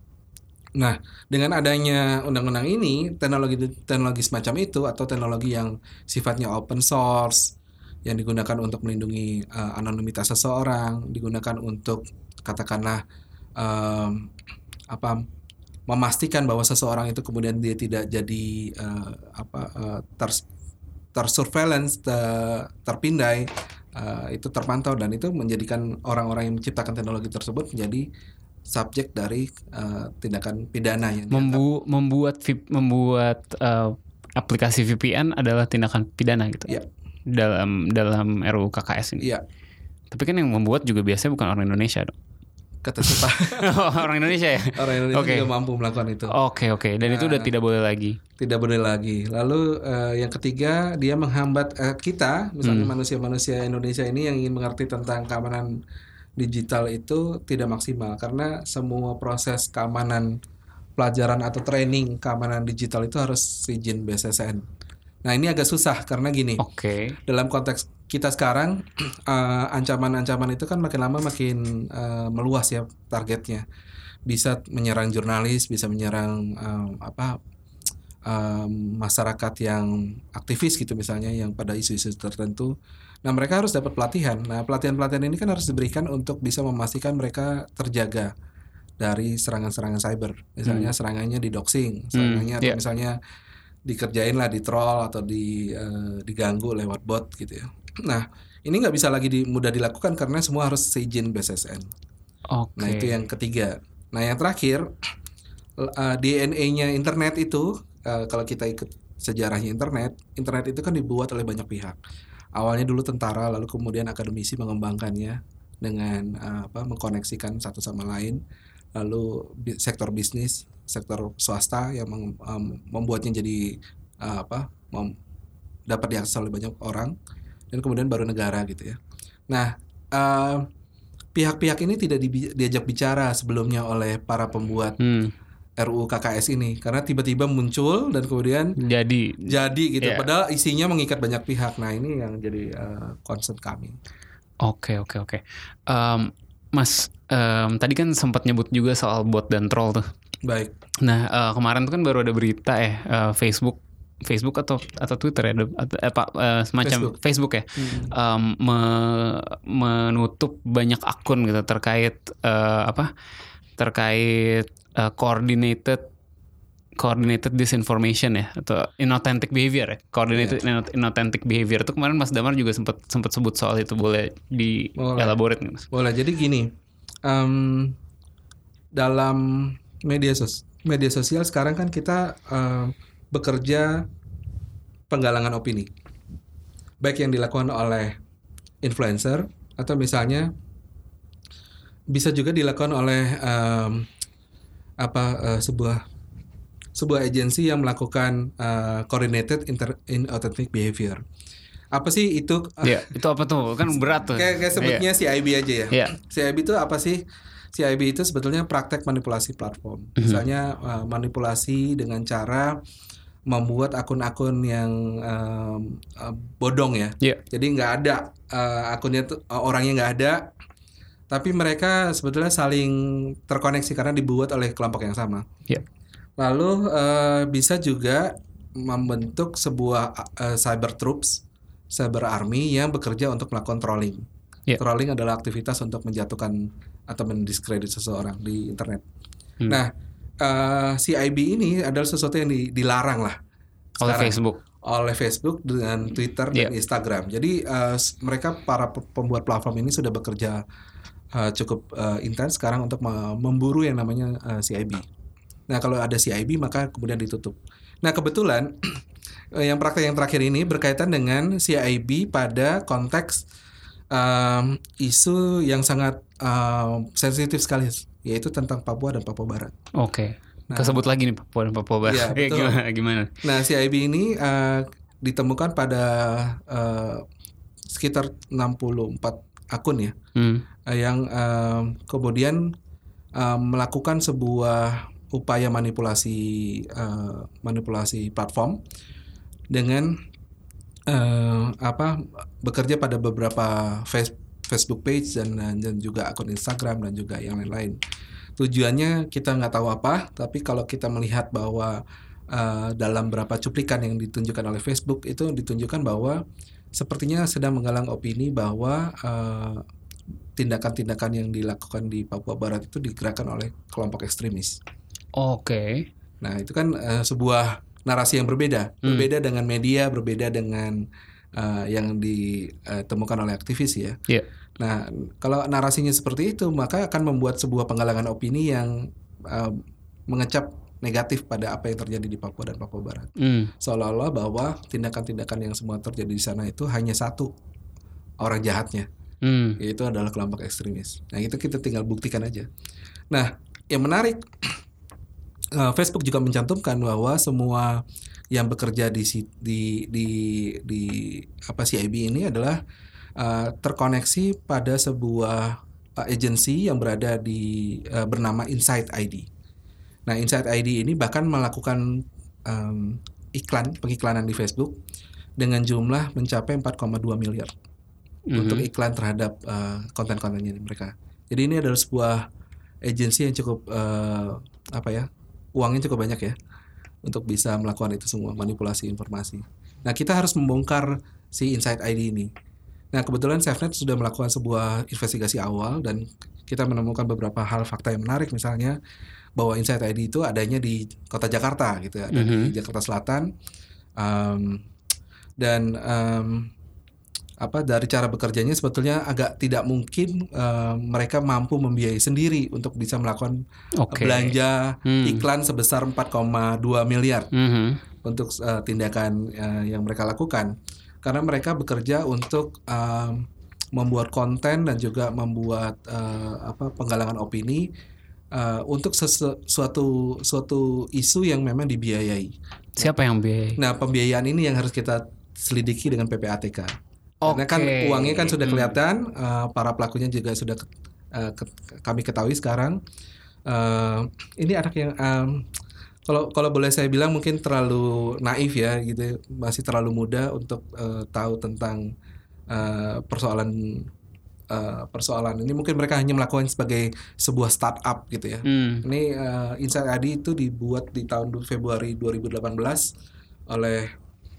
Nah, dengan adanya undang-undang ini, teknologi teknologi semacam itu atau teknologi yang sifatnya open source yang digunakan untuk melindungi uh, anonimitas seseorang, digunakan untuk katakanlah um, apa memastikan bahwa seseorang itu kemudian dia tidak jadi uh, apa uh, ter tersurveillance, ter, terpindai, uh, itu terpantau dan itu menjadikan orang-orang yang menciptakan teknologi tersebut menjadi subjek dari uh, tindakan pidana yang Membu membuat membuat uh, aplikasi V P N adalah tindakan pidana gitu. Ya. Dalam dalam R U U K K S ini. Iya. Tapi kan yang membuat juga biasanya bukan orang Indonesia dong. Kata siapa? Orang Indonesia ya? Orang Indonesia okay. juga mampu melakukan itu. Oke okay, oke. Okay. Dan nah, itu udah tidak boleh lagi. Tidak boleh lagi. Lalu uh, yang ketiga dia menghambat uh, kita, misalnya hmm. manusia-manusia Indonesia ini yang ingin mengerti tentang keamanan digital itu tidak maksimal karena semua proses keamanan pelajaran atau training keamanan digital itu harus izin B S S N. Nah ini agak susah karena gini. Oke. Okay. Dalam konteks kita sekarang uh, ancaman-ancaman itu kan makin lama makin uh, meluas ya targetnya. Bisa menyerang jurnalis, bisa menyerang um, apa um, masyarakat yang aktivis gitu misalnya yang pada isu-isu tertentu. Nah mereka harus dapat pelatihan. Nah pelatihan-pelatihan ini kan harus diberikan untuk bisa memastikan mereka terjaga dari serangan-serangan cyber. Misalnya hmm. serangannya di doxing, serangannya hmm, atau yeah. misalnya dikerjain lah di troll atau di uh, diganggu lewat bot gitu ya. Nah ini nggak bisa lagi di, mudah dilakukan karena semua harus seizin B S S N. Okay. Nah itu yang ketiga. Nah yang terakhir uh, D N A-nya internet itu uh, kalau kita ikut sejarahnya internet, internet itu kan dibuat oleh banyak pihak. Awalnya dulu tentara, lalu kemudian akademisi mengembangkannya dengan uh, apa mengkoneksikan satu sama lain, lalu bi- sektor bisnis, sektor swasta yang meng, um, membuatnya jadi uh, apa mem, dapat diakses oleh banyak orang, dan kemudian baru negara gitu ya. Nah, uh, pihak-pihak ini tidak di, diajak bicara sebelumnya oleh para pembuat hmm. R U U K K S ini, karena tiba-tiba muncul dan kemudian jadi jadi gitu. Yeah. Padahal isinya mengikat banyak pihak. Nah ini yang jadi uh, concern kami. Oke oke oke. Um, Mas, um, tadi kan sempat nyebut juga soal bot dan troll tuh. Baik. Nah uh, kemarin tuh kan baru ada berita ya uh, Facebook. Facebook atau atau Twitter ya, atau apa uh, semacam Facebook, Facebook ya, hmm. um, me, menutup banyak akun gitu terkait uh, apa terkait uh, coordinated coordinated disinformation ya, atau inauthentic behavior ya, coordinated yeah. inauthentic behavior itu kemarin Mas Damar juga sempat sempat sebut soal itu, boleh di elaborate nggak Mas? Boleh. Jadi gini, um, dalam media sos media sosial sekarang kan kita um, bekerja penggalangan opini, baik yang dilakukan oleh influencer atau misalnya bisa juga dilakukan oleh um, apa uh, sebuah sebuah agensi yang melakukan uh, coordinated inauthentic behavior. Apa sih itu? Ya, itu apa tuh? Kan berat tuh. Kayak, kayak sebutnya yeah. C I B aja ya. Yeah. C I B itu apa sih? C I B itu sebetulnya praktek manipulasi platform. Mm-hmm. Misalnya uh, manipulasi dengan cara membuat akun-akun yang um, uh, bodong ya. Yeah. Jadi nggak ada uh, akunnya tuh uh, orangnya nggak ada, tapi mereka sebetulnya saling terkoneksi karena dibuat oleh kelompok yang sama. Yeah. Lalu uh, bisa juga membentuk sebuah uh, cyber troops, cyber army yang bekerja untuk melakukan trolling. Yeah. Trolling adalah aktivitas untuk menjatuhkan atau mendiskredit seseorang di internet. Hmm. Nah, uh, C I B ini adalah sesuatu yang di, dilarang lah oleh Facebook, oleh Facebook dengan Twitter yeah. dan Instagram. Jadi uh, mereka para pembuat platform ini sudah bekerja uh, cukup uh, intens sekarang untuk memburu yang namanya uh, C I B. Nah, kalau ada C I B maka kemudian ditutup. Nah, kebetulan yang praktek yang terakhir ini berkaitan dengan C I B pada konteks um, isu yang sangat um, sensitif sekali, yaitu tentang Papua dan Papua Barat. Oke. Okay. Nah, kesebut lagi nih Papua dan Papua Barat. Ya, betul. gimana, gimana? Nah, C I B ini uh, ditemukan pada uh, sekitar enam puluh empat akun ya, hmm. uh, yang uh, kemudian uh, melakukan sebuah upaya manipulasi uh, manipulasi platform dengan uh, apa bekerja pada beberapa face, Facebook page dan, dan juga akun Instagram dan juga yang lain-lain. Tujuannya kita nggak tahu apa, tapi kalau kita melihat bahwa uh, dalam beberapa cuplikan yang ditunjukkan oleh Facebook itu ditunjukkan bahwa sepertinya sedang menggalang opini bahwa uh, tindakan-tindakan yang dilakukan di Papua Barat itu digerakkan oleh kelompok ekstremis. Oke. Okay. Nah, itu kan uh, sebuah narasi yang berbeda, hmm. berbeda dengan media, berbeda dengan uh, yang ditemukan oleh aktivis ya. Yeah. Nah, kalau narasinya seperti itu, maka akan membuat sebuah penggalangan opini yang uh, mengecap negatif pada apa yang terjadi di Papua dan Papua Barat. Hmm. Seolah-olah bahwa tindakan-tindakan yang semua terjadi di sana itu hanya satu orang jahatnya, hmm. yaitu adalah kelompok ekstremis. Nah, itu kita tinggal buktikan aja. Nah, yang menarik, Uh, Facebook juga mencantumkan bahwa semua yang bekerja di di di, di apa C I B ini adalah uh, terkoneksi pada sebuah uh, agensi yang berada di uh, bernama Insight I D. Nah, Insight I D ini bahkan melakukan um, iklan pengiklanan di Facebook dengan jumlah mencapai empat koma dua miliar mm-hmm. untuk iklan terhadap uh, konten-kontennya mereka. Jadi ini adalah sebuah agensi yang cukup uh, apa ya? uangnya cukup banyak ya untuk bisa melakukan itu semua, manipulasi informasi. Nah, kita harus membongkar si Insight I D ini. Nah, kebetulan SafeNet sudah melakukan sebuah investigasi awal dan kita menemukan beberapa hal fakta yang menarik, misalnya bahwa Insight I D itu adanya di kota Jakarta gitu ya, ada mm-hmm. di Jakarta Selatan, um, dan um, apa dari cara bekerjanya sebetulnya agak tidak mungkin uh, mereka mampu membiayai sendiri untuk bisa melakukan okay. belanja hmm. iklan sebesar empat koma dua miliar mm-hmm. untuk uh, tindakan uh, yang mereka lakukan, karena mereka bekerja untuk uh, membuat konten dan juga membuat uh, apa penggalangan opini uh, untuk sesu, suatu suatu isu yang memang dibiayai. Siapa yang biayai? Nah, pembiayaan ini yang harus kita selidiki dengan P P A T K. Karena okay. kan uangnya kan sudah kelihatan, hmm. uh, para pelakunya juga sudah uh, ke, kami ketahui sekarang. Uh, ini anak yang um, kalau kalau boleh saya bilang mungkin terlalu naif ya, gitu, masih terlalu muda untuk uh, tahu tentang uh, persoalan uh, persoalan ini. Mungkin mereka hanya melakukan sebagai sebuah startup gitu ya. Hmm. Ini uh, Insight I D itu dibuat di tahun Februari dua ribu delapan belas oleh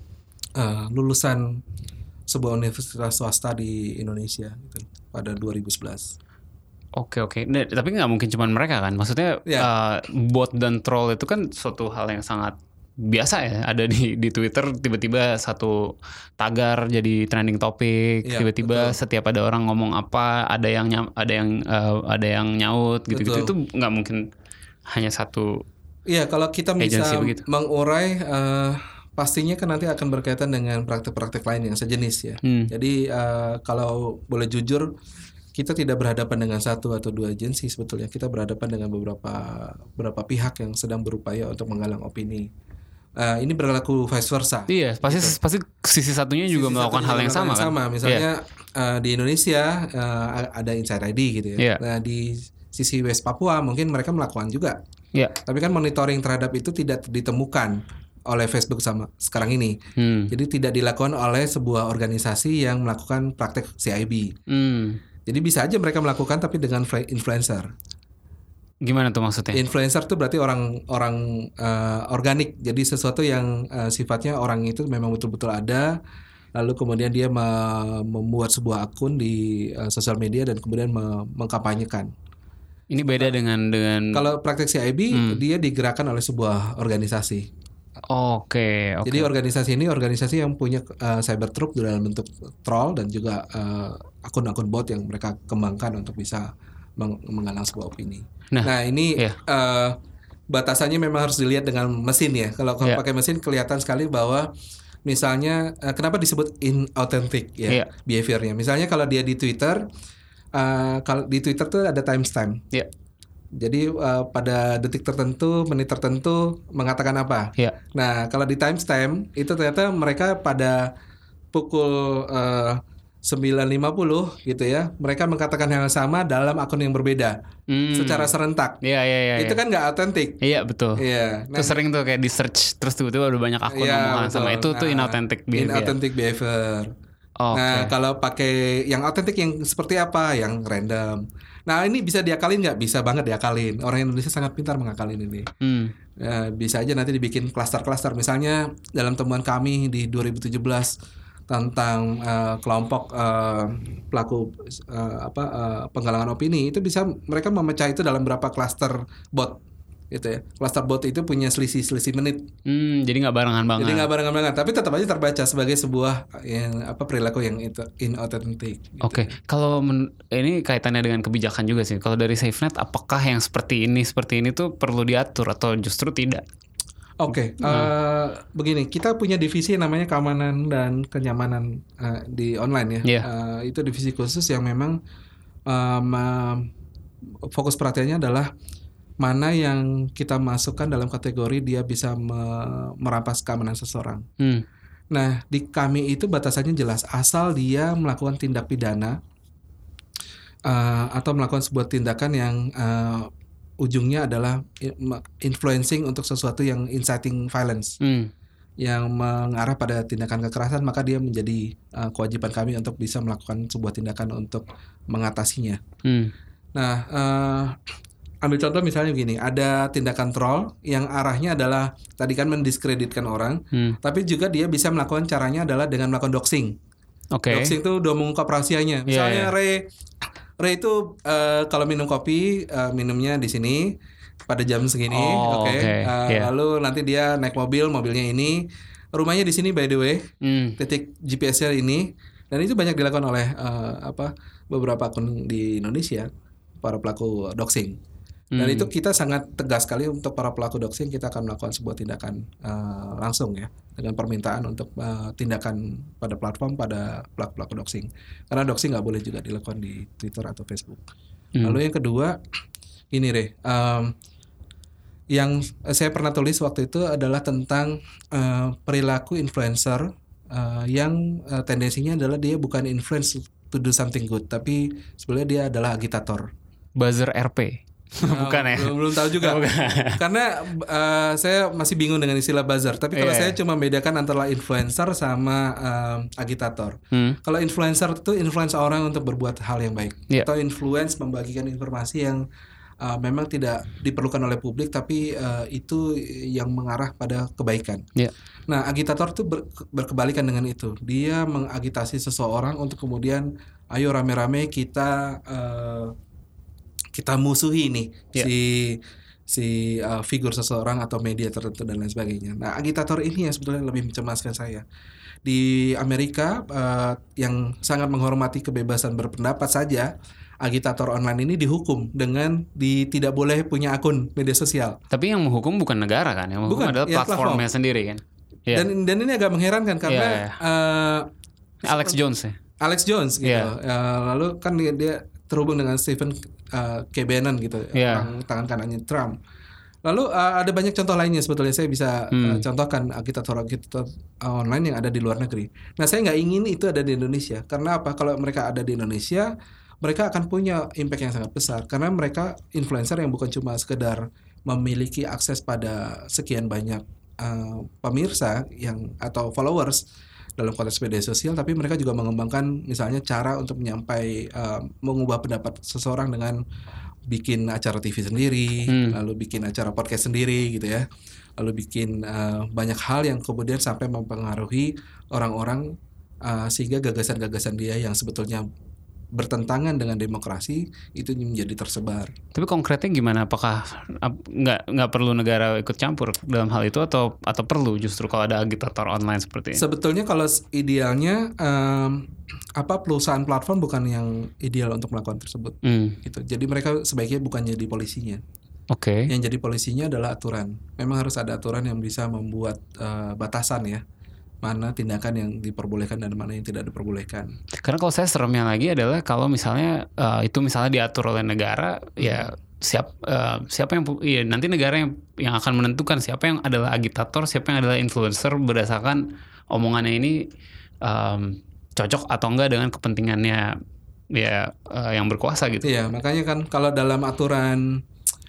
uh, lulusan sebuah universitas swasta di Indonesia gitu, pada dua ribu sebelas. Oke oke, nah, tapi nggak mungkin cuma mereka kan? Maksudnya ya. uh, bot dan troll itu kan suatu hal yang sangat biasa ya. Ada di di Twitter tiba-tiba satu tagar jadi trending topik, ya, tiba-tiba betul. Setiap ada orang ngomong apa, ada yang nyam, ada yang uh, ada yang nyaut gitu-gitu. Itu nggak mungkin hanya satu. Iya, kalau kita bisa mengurai. Uh, Pastinya kan nanti akan berkaitan dengan praktek-praktek lain yang sejenis ya. Hmm. Jadi uh, kalau boleh jujur, kita tidak berhadapan dengan satu atau dua agensi sebetulnya. Kita berhadapan dengan beberapa beberapa pihak yang sedang berupaya untuk menggalang opini. Uh, ini berlaku vice versa. Iya, pasti gitu. Pasti sisi satunya juga sisi melakukan satunya hal yang sama kan. Sama, misalnya yeah. uh, di Indonesia uh, ada Insight I D gitu ya. Yeah. Nah di sisi West Papua mungkin mereka melakukan juga. Yeah. Tapi kan monitoring terhadap itu tidak ditemukan oleh Facebook sama sekarang ini. Hmm. Jadi tidak dilakukan oleh sebuah organisasi yang melakukan praktek C I B. Hmm. Jadi bisa aja mereka melakukan tapi dengan influencer. Gimana tuh maksudnya? Influencer tuh berarti orang-orang uh, organik. Jadi sesuatu yang uh, sifatnya orang itu memang betul-betul ada. Lalu kemudian dia me- membuat sebuah akun di uh, sosial media dan kemudian me- mengkampanyekan. Ini beda uh, dengan dengan kalau praktek C I B hmm. dia digerakkan oleh sebuah organisasi. Oke, oke. Jadi organisasi ini organisasi yang punya uh, cyber troop dalam bentuk troll dan juga uh, akun-akun bot yang mereka kembangkan untuk bisa meng- menggalang sebuah opini. Nah, nah ini yeah. uh, batasannya memang harus dilihat dengan mesin ya. Kalau yeah. pakai mesin kelihatan sekali bahwa misalnya uh, kenapa disebut inauthentic ya yeah. behaviornya. Misalnya kalau dia di Twitter, uh, kalau di Twitter tuh ada timestamp. Yeah. Jadi uh, pada detik tertentu, menit tertentu mengatakan apa. Ya. Nah, kalau di timestamp itu ternyata mereka pada pukul uh, sembilan lima puluh gitu ya, mereka mengatakan hal yang sama dalam akun yang berbeda hmm. secara serentak. Iya, iya, iya. Itu ya. Kan nggak otentik. Iya, betul. Iya. Nah, itu sering tuh kayak di search terus tiba-tiba ada banyak akun ya, ngomong hal sama. Itu nah, tuh inauthentic behavior. Inauthentic behavior. Okay. Nah, kalau pakai yang otentik yang seperti apa? Yang random. Nah, ini bisa diakalin nggak? Bisa banget diakalin. Orang Indonesia sangat pintar mengakalin ini. Hmm. Ya, bisa aja nanti dibikin klaster-klaster. Misalnya dalam temuan kami di dua ribu tujuh belas tentang uh, kelompok uh, pelaku uh, apa uh, penggalangan opini, itu bisa mereka memecah itu dalam berapa klaster bot. Gitu ya. Cluster bot itu punya selisih-selisih menit. Hmm, jadi nggak barengan banget. Jadi nggak barengan banget, tapi tetap aja terbaca sebagai sebuah yang apa perilaku yang inauthentic. Gitu. Oke, okay. Kalau men- ini kaitannya dengan kebijakan juga sih. Kalau dari SafeNet, apakah yang seperti ini seperti ini tuh perlu diatur atau justru tidak? Oke, okay. hmm. uh, begini, kita punya divisi namanya keamanan dan kenyamanan uh, di online ya. Yeah. Uh, itu divisi khusus yang memang um, uh, fokus perhatiannya adalah mana yang kita masukkan dalam kategori dia bisa me- merampas keamanan seseorang. Hmm. Nah, di kami itu batasannya jelas, asal dia melakukan tindak pidana uh, atau melakukan sebuah tindakan yang uh, ujungnya adalah influencing untuk sesuatu yang inciting violence, hmm. yang mengarah pada tindakan kekerasan, maka dia menjadi uh, kewajiban kami untuk bisa melakukan sebuah tindakan untuk mengatasinya. Hmm. Nah, uh, ambil contoh misalnya begini, ada tindakan troll yang arahnya adalah tadi kan mendiskreditkan orang, hmm. tapi juga dia bisa melakukan caranya adalah dengan melakukan doxing. Okay. Doxing itu udah mengungkap rahasianya. Misalnya yeah, yeah. Ray, Ray itu uh, kalau minum kopi uh, minumnya di sini pada jam segini, oh, oke. Okay. Okay. Uh, yeah. Lalu nanti dia naik mobil, mobilnya ini, rumahnya di sini by the way, hmm. titik G P S-nya ini. Dan itu banyak dilakukan oleh uh, apa beberapa akun di Indonesia, para pelaku doxing. Dan Hmm. itu kita sangat tegas sekali untuk para pelaku doxing, kita akan melakukan sebuah tindakan uh, langsung ya, dengan permintaan untuk uh, tindakan pada platform pada pelaku-pelaku doxing. Karena doxing nggak boleh juga dilakukan di Twitter atau Facebook. Hmm. Lalu yang kedua, ini Re, um, yang saya pernah tulis waktu itu adalah tentang uh, perilaku influencer uh, yang uh, tendensinya adalah dia bukan influence to do something good, tapi sebenarnya dia adalah agitator. Buzzer R P. Bukan uh, ya? Belum, belum tahu juga. Karena uh, saya masih bingung dengan istilah buzzer. Tapi kalau yeah. saya cuma bedakan antara influencer sama uh, agitator. Hmm. Kalau influencer itu influence orang untuk berbuat hal yang baik, yeah. atau influence membagikan informasi yang uh, memang tidak diperlukan oleh publik, tapi uh, itu yang mengarah pada kebaikan. Yeah. Nah, agitator itu ber, berkebalikan dengan itu. Dia mengagitasi seseorang untuk kemudian, ayo rame-rame kita uh, kita musuhi nih yeah. si si uh, figur seseorang atau media tertentu dan lain sebagainya. Nah, agitator ini yang sebetulnya lebih mencemaskan saya. Di Amerika uh, yang sangat menghormati kebebasan berpendapat saja, agitator online ini dihukum dengan di tidak boleh punya akun media sosial. Tapi yang menghukum bukan negara kan, yang menghukum bukan, adalah ya, platformnya platform sendiri kan. Yeah. Dan dan ini agak mengherankan karena yeah, yeah. Uh, Alex Jones ya. Alex Jones gitu. Yeah. Uh, lalu kan dia, dia terhubung dengan Stephen uh, K. Bannon gitu, yeah. orang tangan kanannya Trump. Lalu uh, ada banyak contoh lainnya sebetulnya saya bisa hmm. uh, contohkan agitator-agitator online yang ada di luar negeri. Nah, saya nggak ingin itu ada di Indonesia. Karena apa? Kalau mereka ada di Indonesia, mereka akan punya impact yang sangat besar. Karena mereka influencer yang bukan cuma sekedar memiliki akses pada sekian banyak uh, pemirsa yang atau followers dalam konteks media sosial, tapi mereka juga mengembangkan misalnya cara untuk menyampai uh, mengubah pendapat seseorang dengan bikin acara T V sendiri, hmm. lalu bikin acara podcast sendiri gitu ya, lalu bikin uh, banyak hal yang kemudian sampai mempengaruhi orang-orang uh, sehingga gagasan-gagasan dia yang sebetulnya bertentangan dengan demokrasi itu menjadi tersebar. Tapi konkretnya gimana? Apakah nggak nggak perlu negara ikut campur dalam hal itu atau atau perlu justru kalau ada agitator online seperti ini? Sebetulnya kalau idealnya um, apa perusahaan platform bukan yang ideal untuk melakukan tersebut. Hmm. Gitu. Jadi mereka sebaiknya bukan jadi polisinya. Oke. Okay. Yang jadi polisinya adalah aturan. Memang harus ada aturan yang bisa membuat uh, batasan ya. Mana tindakan yang diperbolehkan dan mana yang tidak diperbolehkan. Karena kalau saya seremnya lagi adalah kalau misalnya uh, itu misalnya diatur oleh negara, hmm. ya siap uh, siapa yang ya nanti negara yang yang akan menentukan siapa yang adalah agitator, siapa yang adalah influencer berdasarkan omongannya ini um, cocok atau enggak dengan kepentingannya ya uh, yang berkuasa gitu. Iya, makanya kan kalau dalam aturan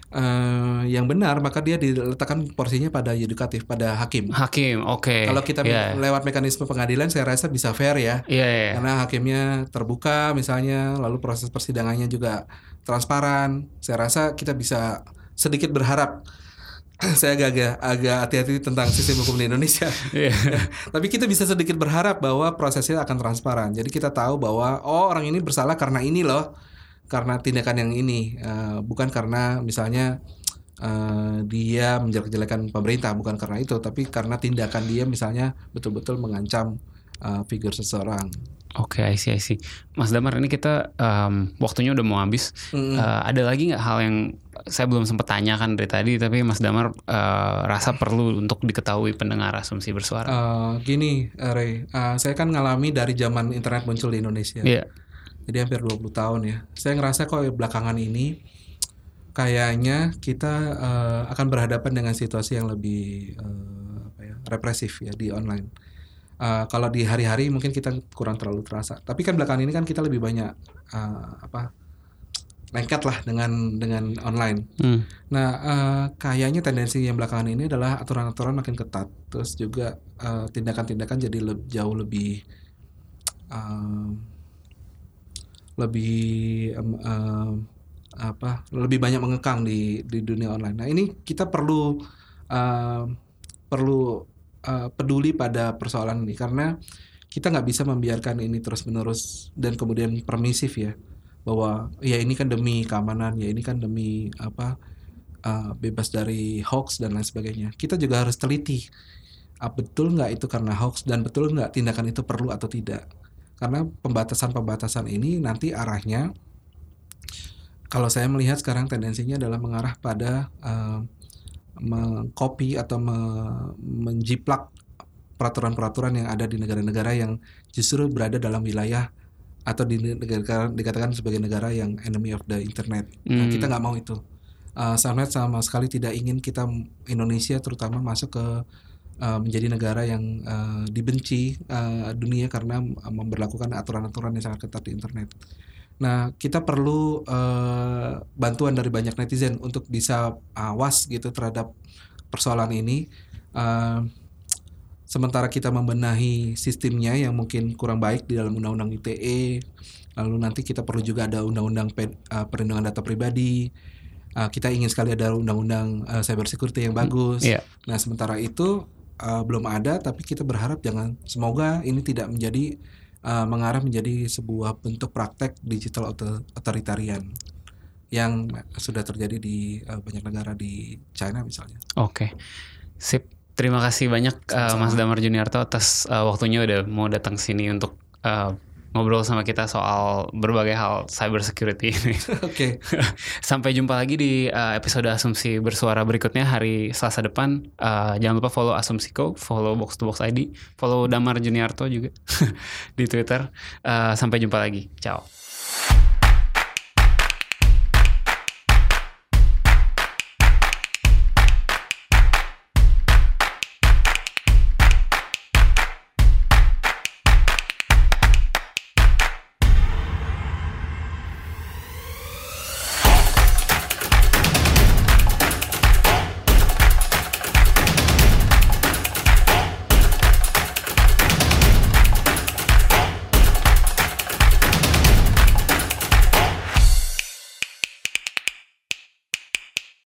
Uh, yang benar maka dia diletakkan porsinya pada yudikatif, pada hakim. Hakim, oke. Okay. Kalau kita yeah. me- lewat mekanisme pengadilan, saya rasa bisa fair ya. Iya. Yeah, yeah. Karena hakimnya terbuka misalnya, lalu proses persidangannya juga transparan. Saya rasa kita bisa sedikit berharap. Saya agak agak hati-hati tentang sistem hukum di Indonesia. Yeah. Tapi kita bisa sedikit berharap bahwa prosesnya akan transparan. Jadi kita tahu bahwa oh orang ini bersalah karena ini loh. Karena tindakan yang ini, uh, bukan karena misalnya uh, dia menjelek-jelekan pemerintah, bukan karena itu, tapi karena tindakan dia misalnya betul-betul mengancam uh, figur seseorang. Oke, okay, I see, I see. Mas Damar, ini kita um, waktunya udah mau habis. Mm-hmm. Uh, ada lagi nggak hal yang saya belum sempat tanyakan dari tadi, tapi Mas Damar uh, rasa perlu untuk diketahui pendengar Asumsi Bersuara? Uh, gini, Ray, uh, saya kan ngalami dari zaman internet muncul di Indonesia. Iya. Yeah. Jadi hampir dua puluh tahun ya. Saya ngerasa kok belakangan ini kayaknya kita uh, akan berhadapan dengan situasi yang lebih uh, apa ya, represif ya di online. Uh, kalau di hari-hari mungkin kita kurang terlalu terasa. Tapi kan belakangan ini kan kita lebih banyak uh, apa lengket lah dengan dengan online. Hmm. Nah uh, kayaknya tendensi yang belakangan ini adalah aturan-aturan makin ketat. Terus juga uh, tindakan-tindakan jadi le- jauh lebih uh, lebih um, um, apa lebih banyak mengekang di di dunia online. Nah ini kita perlu uh, perlu uh, peduli pada persoalan ini karena kita nggak bisa membiarkan ini terus menerus dan kemudian permisif ya bahwa ya ini kan demi keamanan, ya ini kan demi apa uh, bebas dari hoax dan lain sebagainya. Kita juga harus teliti uh, betul nggak itu karena hoax dan betul nggak tindakan itu perlu atau tidak. Karena pembatasan-pembatasan ini nanti arahnya, kalau saya melihat sekarang tendensinya adalah mengarah pada uh, mengcopy atau me- menjiplak peraturan-peraturan yang ada di negara-negara yang justru berada dalam wilayah atau di negara dikatakan sebagai negara yang enemy of the internet. Hmm. Nah, kita nggak mau itu. Uh, Samnet sama sekali tidak ingin kita Indonesia terutama masuk ke uh, menjadi negara yang uh, dibenci uh, dunia karena memberlakukan aturan-aturan yang sangat ketat di internet. Nah, kita perlu uh, bantuan dari banyak netizen untuk bisa awas gitu terhadap persoalan ini. Uh, sementara kita membenahi sistemnya yang mungkin kurang baik di dalam undang-undang I T E, lalu nanti kita perlu juga ada undang-undang pe, uh, perlindungan data pribadi. Uh, kita ingin sekali ada undang-undang uh, cyber security yang bagus. Yeah. Nah, sementara itu uh, belum ada, tapi kita berharap jangan, semoga ini tidak menjadi uh, mengarah menjadi sebuah bentuk praktek digital otoritarian yang sudah terjadi di uh, banyak negara di China misalnya. Oke, okay. Sip. Terima kasih banyak uh, Mas Damar Juniarto atas uh, waktunya udah mau datang sini untuk uh, ngobrol sama kita soal berbagai hal cyber security ini. Oke. Okay. Sampai jumpa lagi di uh, episode Asumsi Bersuara berikutnya hari Selasa depan. Uh, jangan lupa follow Asumsiko, follow Box to Box I D, follow Damar Juniarto juga di Twitter. Uh, sampai jumpa lagi. Ciao.